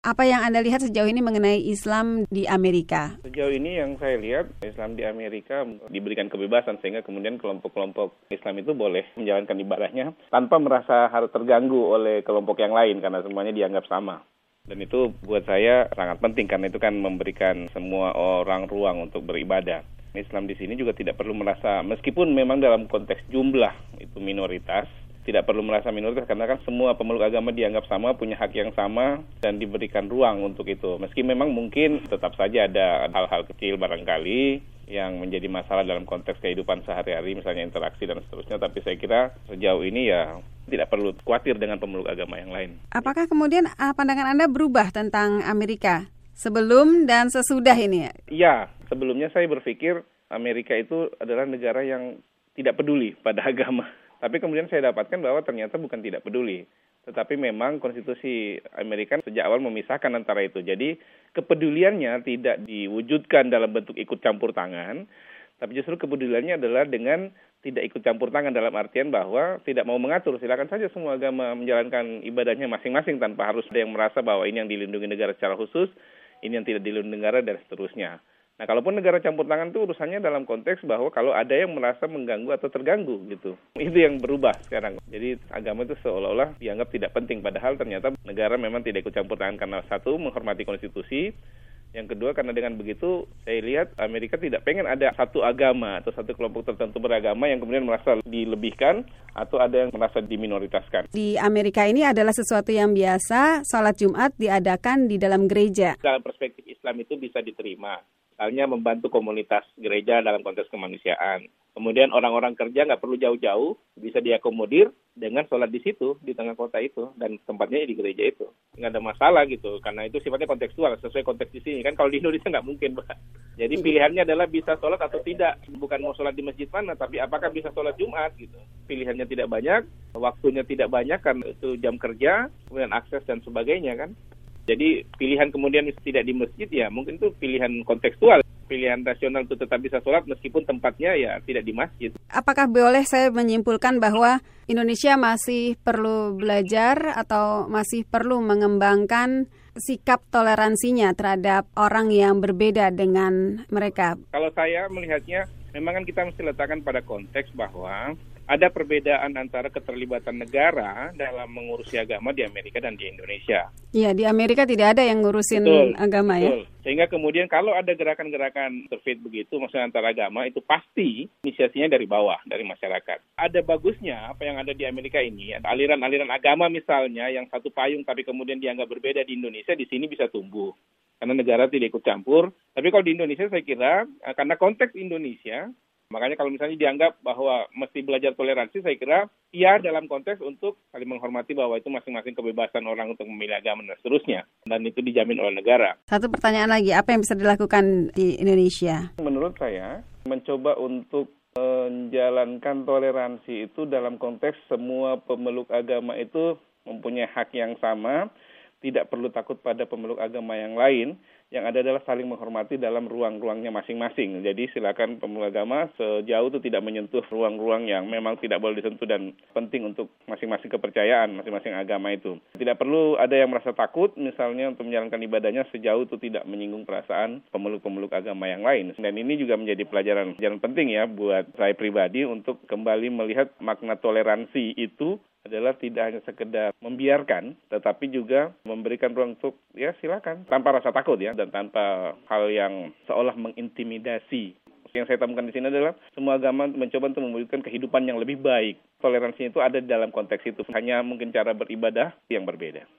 Apa yang Anda lihat sejauh ini mengenai Islam di Amerika? Sejauh ini yang saya lihat, Islam di Amerika diberikan kebebasan sehingga kemudian kelompok-kelompok Islam itu boleh menjalankan ibadahnya tanpa merasa harus terganggu oleh kelompok yang lain karena semuanya dianggap sama. Dan itu buat saya sangat penting karena itu kan memberikan semua orang ruang untuk beribadah. Islam di sini juga tidak perlu merasa, meskipun memang dalam konteks jumlah itu minoritas, tidak perlu merasa minoritas karena kan semua pemeluk agama dianggap sama, punya hak yang sama dan diberikan ruang untuk itu. Meski memang mungkin tetap saja ada hal-hal kecil barangkali yang menjadi masalah dalam konteks kehidupan sehari-hari, misalnya interaksi dan seterusnya, tapi saya kira sejauh ini ya tidak perlu khawatir dengan pemeluk agama yang lain. Apakah kemudian pandangan Anda berubah tentang Amerika sebelum dan sesudah ini? Ya, sebelumnya saya berpikir Amerika itu adalah negara yang tidak peduli pada agama. Tapi kemudian saya dapatkan bahwa ternyata bukan tidak peduli. Tetapi memang konstitusi Amerika sejak awal memisahkan antara itu. Jadi kepeduliannya tidak diwujudkan dalam bentuk ikut campur tangan. Tapi justru kepeduliannya adalah dengan tidak ikut campur tangan dalam artian bahwa tidak mau mengatur. Silakan saja semua agama menjalankan ibadahnya masing-masing tanpa harus ada yang merasa bahwa ini yang dilindungi negara secara khusus, ini yang tidak dilindungi negara dan seterusnya. Nah, kalaupun negara campur tangan itu urusannya dalam konteks bahwa kalau ada yang merasa mengganggu atau terganggu gitu. Itu yang berubah sekarang. Jadi agama itu seolah-olah dianggap tidak penting. Padahal ternyata negara memang tidak ikut campur tangan karena satu, menghormati konstitusi. Yang kedua, karena dengan begitu saya lihat Amerika tidak pengen ada satu agama atau satu kelompok tertentu beragama yang kemudian merasa dilebihkan atau ada yang merasa diminoritaskan. Di Amerika ini adalah sesuatu yang biasa, sholat Jumat diadakan di dalam gereja. Dalam perspektif Islam itu bisa diterima. Misalnya membantu komunitas gereja dalam konteks kemanusiaan. Kemudian orang-orang kerja nggak perlu jauh-jauh, bisa diakomodir dengan sholat di situ, di tengah kota itu, dan tempatnya di gereja itu. Nggak ada masalah gitu, karena itu sifatnya kontekstual, sesuai konteks di sini. Kan kalau di Indonesia nggak mungkin, Pak. Jadi pilihannya adalah bisa sholat atau tidak. Bukan mau sholat di masjid mana, tapi apakah bisa sholat Jumat gitu. Pilihannya tidak banyak, waktunya tidak banyak, karena itu jam kerja, kemudian akses dan sebagainya kan. Jadi pilihan kemudian tidak di masjid ya mungkin itu pilihan kontekstual. Pilihan rasional untuk tetap bisa sholat meskipun tempatnya ya tidak di masjid. Apakah boleh saya menyimpulkan bahwa Indonesia masih perlu belajar atau masih perlu mengembangkan sikap toleransinya terhadap orang yang berbeda dengan mereka? Kalau saya melihatnya memang kan kita mesti letakkan pada konteks bahwa ada perbedaan antara keterlibatan negara dalam mengurusi agama di Amerika dan di Indonesia. Iya, di Amerika tidak ada yang ngurusin agama ya. Sehingga kemudian kalau ada gerakan-gerakan interfaith begitu, maksudnya antara agama, itu pasti inisiasinya dari bawah, dari masyarakat. Ada bagusnya apa yang ada di Amerika ini, aliran-aliran agama misalnya yang satu payung tapi kemudian dianggap berbeda di Indonesia, di sini bisa tumbuh. Karena negara tidak ikut campur. Tapi kalau di Indonesia saya kira, karena konteks Indonesia, makanya kalau misalnya dianggap bahwa mesti belajar toleransi, saya kira ya dalam konteks untuk saling menghormati bahwa itu masing-masing kebebasan orang untuk memilih agama dan seterusnya. Dan itu dijamin oleh negara. Satu pertanyaan lagi, apa yang bisa dilakukan di Indonesia? Menurut saya, mencoba untuk menjalankan toleransi itu dalam konteks semua pemeluk agama itu mempunyai hak yang sama, tidak perlu takut pada pemeluk agama yang lain. Yang ada adalah saling menghormati dalam ruang-ruangnya masing-masing. Jadi silakan pemeluk agama sejauh itu tidak menyentuh ruang-ruang yang memang tidak boleh disentuh dan penting untuk masing-masing kepercayaan, masing-masing agama itu. Tidak perlu ada yang merasa takut misalnya untuk menjalankan ibadahnya sejauh itu tidak menyinggung perasaan pemeluk-pemeluk agama yang lain. Dan ini juga menjadi pelajaran penting ya buat saya pribadi untuk kembali melihat makna toleransi itu adalah tidak hanya sekedar membiarkan, tetapi juga memberikan ruang untuk ya silakan tanpa rasa takut ya dan tanpa hal yang seolah mengintimidasi. Yang saya temukan di sini adalah semua agama mencoba untuk mewujudkan kehidupan yang lebih baik. Toleransinya itu ada di dalam konteks itu, hanya mungkin cara beribadah yang berbeda.